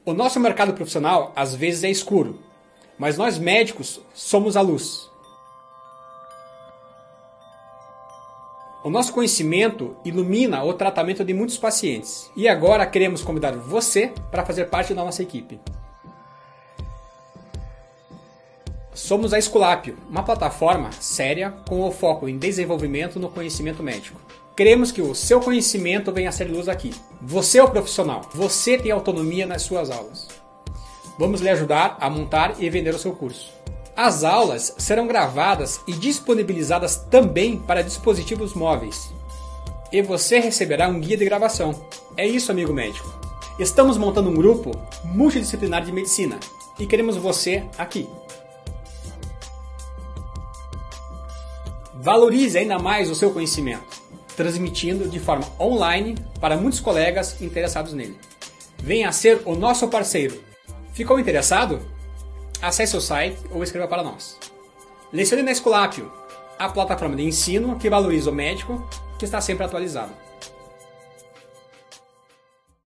O nosso mercado profissional às vezes é escuro, mas nós médicos somos a luz. O nosso conhecimento ilumina o tratamento de muitos pacientes. E agora queremos convidar você para fazer parte da nossa equipe. Somos a Esculápio, uma plataforma séria com o foco em desenvolvimento no conhecimento médico. Queremos que o seu conhecimento venha a ser luz aqui. Você é o profissional, você tem autonomia nas suas aulas. Vamos lhe ajudar a montar e vender o seu curso. As aulas serão gravadas e disponibilizadas também para dispositivos móveis. E você receberá um guia de gravação. É isso, amigo médico. Estamos montando um grupo multidisciplinar de medicina e queremos você aqui. Valorize ainda mais o seu conhecimento, transmitindo de forma online para muitos colegas interessados nele. Venha ser o nosso parceiro. Ficou interessado? Acesse o site ou escreva para nós. Lecione na Esculápio, a plataforma de ensino que valoriza o médico que está sempre atualizado.